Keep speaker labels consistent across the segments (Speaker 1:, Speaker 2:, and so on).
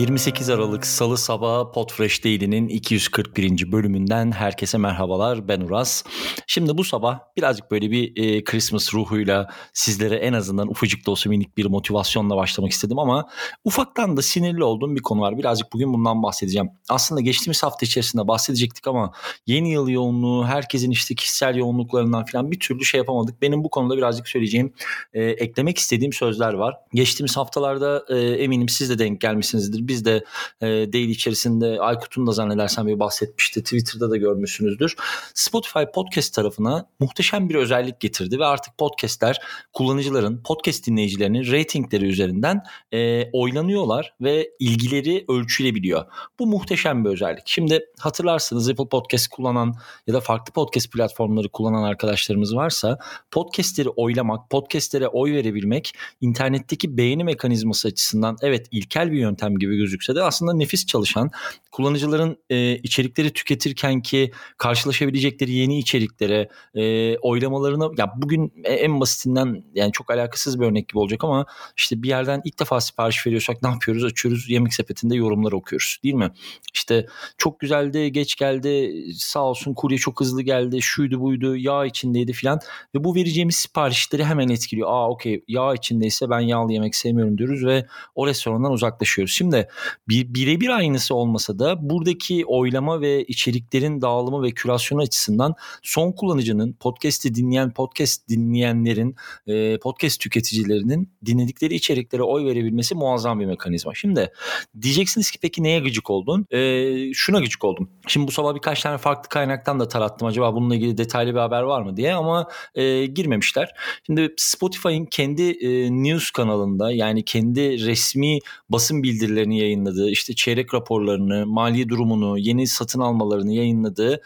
Speaker 1: 28 Aralık Salı sabahı Podfresh Daily'nin 241. bölümünden herkese merhabalar, ben Uras. Şimdi bu sabah birazcık böyle bir Christmas ruhuyla sizlere en azından ufacık da olsa minik bir motivasyonla başlamak istedim ama ufaktan da sinirli olduğum bir konu var. Birazcık bugün bundan bahsedeceğim. Aslında geçtiğimiz hafta içerisinde bahsedecektik ama yeni yıl yoğunluğu, herkesin işte kişisel yoğunluklarından falan bir türlü şey yapamadık. Benim bu konuda birazcık söyleyeceğim, eklemek istediğim sözler var. Geçtiğimiz haftalarda eminim siz de denk gelmişsinizdir. Biz de Daily içerisinde Aykut'un da zannedersem bir bahsetmişti. Twitter'da da görmüşsünüzdür. Spotify Podcast tarafına muhteşem bir özellik getirdi ve artık podcastler kullanıcıların, podcast dinleyicilerinin ratingleri üzerinden oylanıyorlar ve ilgileri ölçülebiliyor. Bu muhteşem bir özellik. Şimdi hatırlarsınız, Apple Podcast kullanan ya da farklı podcast platformları kullanan arkadaşlarımız varsa podcastleri oylamak, podcastlere oy verebilmek internetteki beğeni mekanizması açısından evet ilkel bir yöntem gibi gözükse de aslında nefis çalışan, kullanıcıların içerikleri tüketirken ki karşılaşabilecekleri yeni içeriklere oylamalarını, ya bugün en basitinden, yani çok alakasız bir örnek gibi olacak ama işte bir yerden ilk defa sipariş veriyorsak ne yapıyoruz? Açıyoruz, Yemek Sepeti'nde yorumları okuyoruz, değil mi? İşte çok güzeldi, geç geldi, sağ olsun kurye çok hızlı geldi, şuydu buydu, yağ içindeydi filan ve bu vereceğimiz siparişleri hemen etkiliyor. Okey, yağ içindeyse ben yağlı yemek sevmiyorum diyoruz ve o restorandan uzaklaşıyoruz. Şimdi birebir aynısı olmasa da buradaki oylama ve içeriklerin dağılımı ve kürasyonu açısından son kullanıcının, podcast dinleyenlerin, podcast tüketicilerinin dinledikleri içeriklere oy verebilmesi muazzam bir mekanizma. Şimdi diyeceksiniz ki peki neye gıcık oldun? Şuna gıcık oldum. Şimdi bu sabah birkaç tane farklı kaynaktan da tarattım, acaba bununla ilgili detaylı bir haber var mı diye, ama girmemişler. Şimdi Spotify'ın kendi news kanalında, yani kendi resmi basın bildirilerini yayınladığı, işte çeyrek raporlarını, mali durumunu, yeni satın almalarını yayınladığı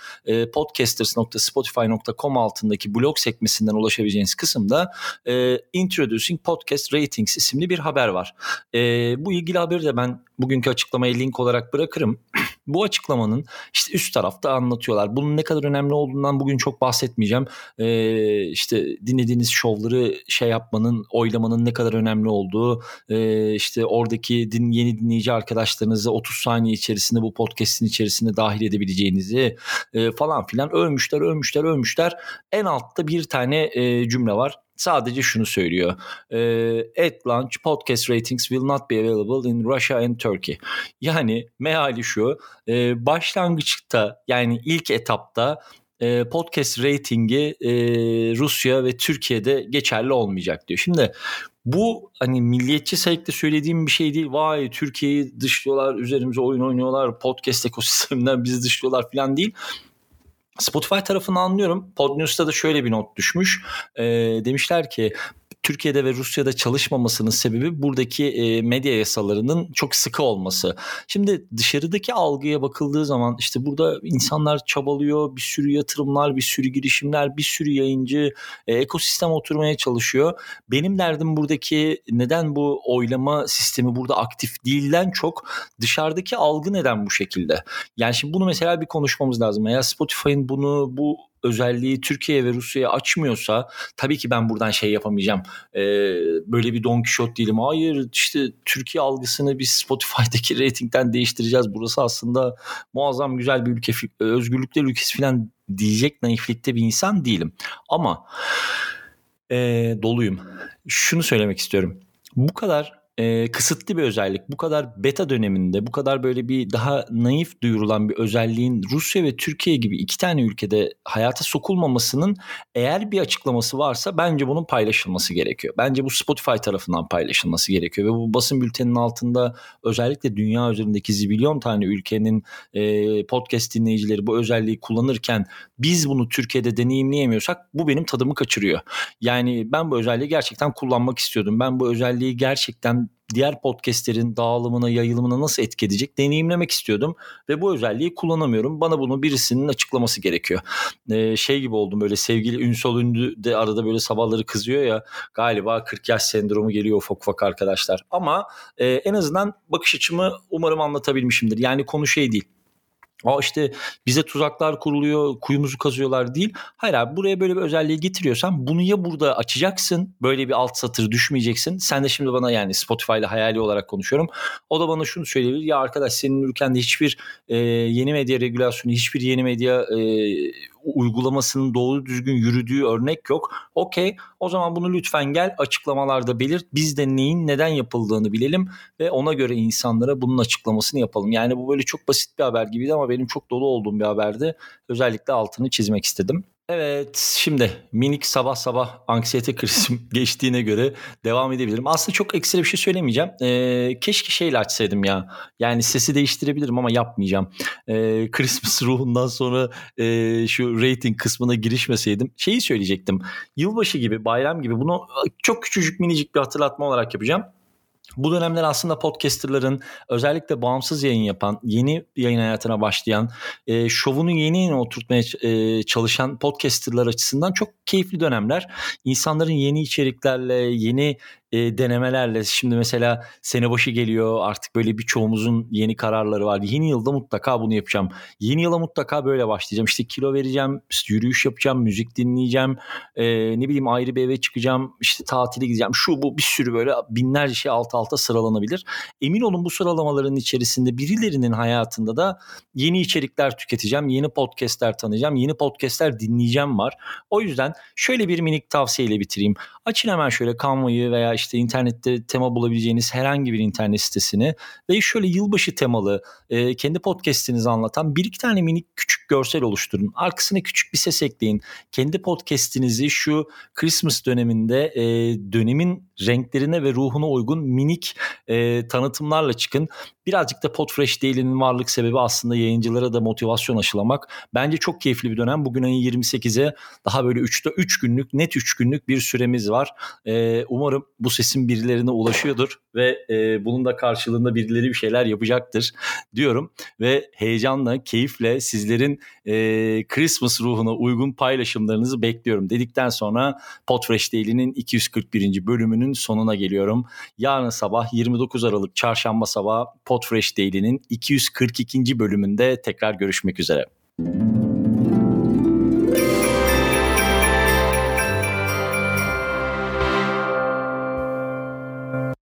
Speaker 1: podcasters.spotify.com altındaki blog sekmesinden ulaşabileceğiniz kısımda Introducing Podcast Ratings isimli bir haber var. Bu ilgili haberi de ben bugünkü açıklamaya link olarak bırakırım. Bu açıklamanın işte üst tarafta anlatıyorlar. Bunun ne kadar önemli olduğundan bugün çok bahsetmeyeceğim. İşte dinlediğiniz şovları yapmanın, oylamanın ne kadar önemli olduğu, işte oradaki yeni dinleyici arkadaşlarınızı 30 saniye içerisinde bu podcast'in içerisine dahil edebileceğinizi falan filan övmüşler. En altta bir tane cümle var. Sadece şunu söylüyor. At launch, podcast ratings will not be available in Russia and Turkey. Yani meali şu. Başlangıçta, yani ilk etapta podcast ratingi Rusya ve Türkiye'de geçerli olmayacak diyor. Şimdi bu hani milliyetçi sayıkla söylediğim bir şey değil. Vay, Türkiye'yi dışlıyorlar, üzerimize oyun oynuyorlar, podcast ekosisteminden bizi dışlıyorlar falan değil. Spotify tarafını anlıyorum. Podnews'ta da şöyle bir not düşmüş. Demişler ki Türkiye'de ve Rusya'da çalışmamasının sebebi buradaki medya yasalarının çok sıkı olması. Şimdi dışarıdaki algıya bakıldığı zaman işte burada insanlar çabalıyor, bir sürü yatırımlar, bir sürü girişimler, bir sürü yayıncı, ekosistem oturmaya çalışıyor. Benim derdim buradaki neden bu oylama sistemi burada aktif değilden çok dışarıdaki algı neden bu şekilde? Yani şimdi bunu mesela bir konuşmamız lazım. Eğer Spotify'ın bu özelliği Türkiye ve Rusya'ya açmıyorsa tabii ki ben buradan yapamayacağım. Böyle bir Don Kişot değilim. Hayır, işte Türkiye algısını biz Spotify'daki ratingden değiştireceğiz. Burası aslında muazzam güzel bir ülke, özgürlükler ülkesi falan diyecek naiflikte bir insan değilim. Ama doluyum. Şunu söylemek istiyorum. Bu kadar kısıtlı bir özellik, bu kadar beta döneminde, bu kadar böyle bir daha naif duyurulan bir özelliğin Rusya ve Türkiye gibi iki tane ülkede hayata sokulmamasının eğer bir açıklaması varsa bence bunun paylaşılması gerekiyor. Bence bu Spotify tarafından paylaşılması gerekiyor ve bu basın bülteninin altında özellikle dünya üzerindeki zibilyon tane ülkenin podcast dinleyicileri bu özelliği kullanırken biz bunu Türkiye'de deneyimleyemiyorsak bu benim tadımı kaçırıyor. Yani ben bu özelliği gerçekten kullanmak istiyordum. Ben bu özelliği gerçekten diğer podcastlerin dağılımına, yayılımına nasıl etki edecek deneyimlemek istiyordum ve bu özelliği kullanamıyorum. Bana bunu birisinin açıklaması gerekiyor. Gibi oldum, böyle sevgili Ünsal Ünlü de arada böyle sabahları kızıyor ya, galiba 40 yaş sendromu geliyor ufak ufak arkadaşlar. Ama en azından bakış açımı umarım anlatabilmişimdir. Yani konu değil. işte bize tuzaklar kuruluyor, kuyumuzu kazıyorlar değil. Hayır abi, buraya böyle bir özelliği getiriyorsan bunu ya burada açacaksın, böyle bir alt satır düşmeyeceksin. Sen de şimdi bana, yani Spotify'la hayali olarak konuşuyorum. O da bana şunu söyleyebilir: ya arkadaş, senin ülkende hiçbir yeni medya regülasyonu, hiçbir yeni medya uygulamasının doğru düzgün yürüdüğü örnek yok. Okey, o zaman bunu lütfen gel açıklamalarda belirt. Biz de neyin neden yapıldığını bilelim ve ona göre insanlara bunun açıklamasını yapalım. Yani bu böyle çok basit bir haber gibiydi ama benim çok dolu olduğum bir haberdi. Özellikle altını çizmek istedim. Evet, şimdi minik sabah sabah anksiyete krizim geçtiğine göre devam edebilirim. Aslında çok ekstra bir şey söylemeyeceğim. Keşke şeyle açsaydım ya. Yani sesi değiştirebilirim ama yapmayacağım. Christmas ruhundan sonra şu rating kısmına girişmeseydim. Şeyi söyleyecektim. Yılbaşı gibi, bayram gibi, bunu çok küçücük minicik bir hatırlatma olarak yapacağım. Bu dönemler aslında podcasterların, özellikle bağımsız yayın yapan, yeni yayın hayatına başlayan, şovunu yeni oturtmaya çalışan podcasterlar açısından çok keyifli dönemler. İnsanların yeni içeriklerle, yeni denemelerle, şimdi mesela sene başı geliyor, artık böyle birçoğumuzun yeni kararları var. Yeni yılda mutlaka bunu yapacağım. Yeni yıla mutlaka böyle başlayacağım. İşte kilo vereceğim, yürüyüş yapacağım, müzik dinleyeceğim, ne bileyim ayrı bir eve çıkacağım, işte tatile gideceğim. Şu bu bir sürü böyle binlerce şey alt alta sıralanabilir. Emin olun bu sıralamaların içerisinde birilerinin hayatında da yeni içerikler tüketeceğim, yeni podcastler tanıyacağım, yeni podcastler dinleyeceğim var. O yüzden şöyle bir minik tavsiyeyle bitireyim. Açın hemen şöyle Canva'yı veya işte internette tema bulabileceğiniz herhangi bir internet sitesini ve şöyle yılbaşı temalı kendi podcast'inizi anlatan bir iki tane minik küçük görsel oluşturun. Arkasına küçük bir ses ekleyin. Kendi podcast'inizi şu Christmas döneminde dönemin renklerine ve ruhuna uygun minik tanıtımlarla çıkın. Birazcık da Podfresh Daily'nin varlık sebebi aslında yayıncılara da motivasyon aşılamak. Bence çok keyifli bir dönem. Bugün ayın 28'e daha böyle 3 günlük, net 3 günlük bir süremiz var. Umarım bu sesin birilerine ulaşıyordur ve bunun da karşılığında birileri bir şeyler yapacaktır diyorum. Ve heyecanla, keyifle sizlerin Christmas ruhuna uygun paylaşımlarınızı bekliyorum dedikten sonra Podfresh Daily'nin 241. bölümünün sonuna geliyorum. Yarın sabah 29 Aralık Çarşamba sabahı Podfresh Daily'nin 242. bölümünde tekrar görüşmek üzere.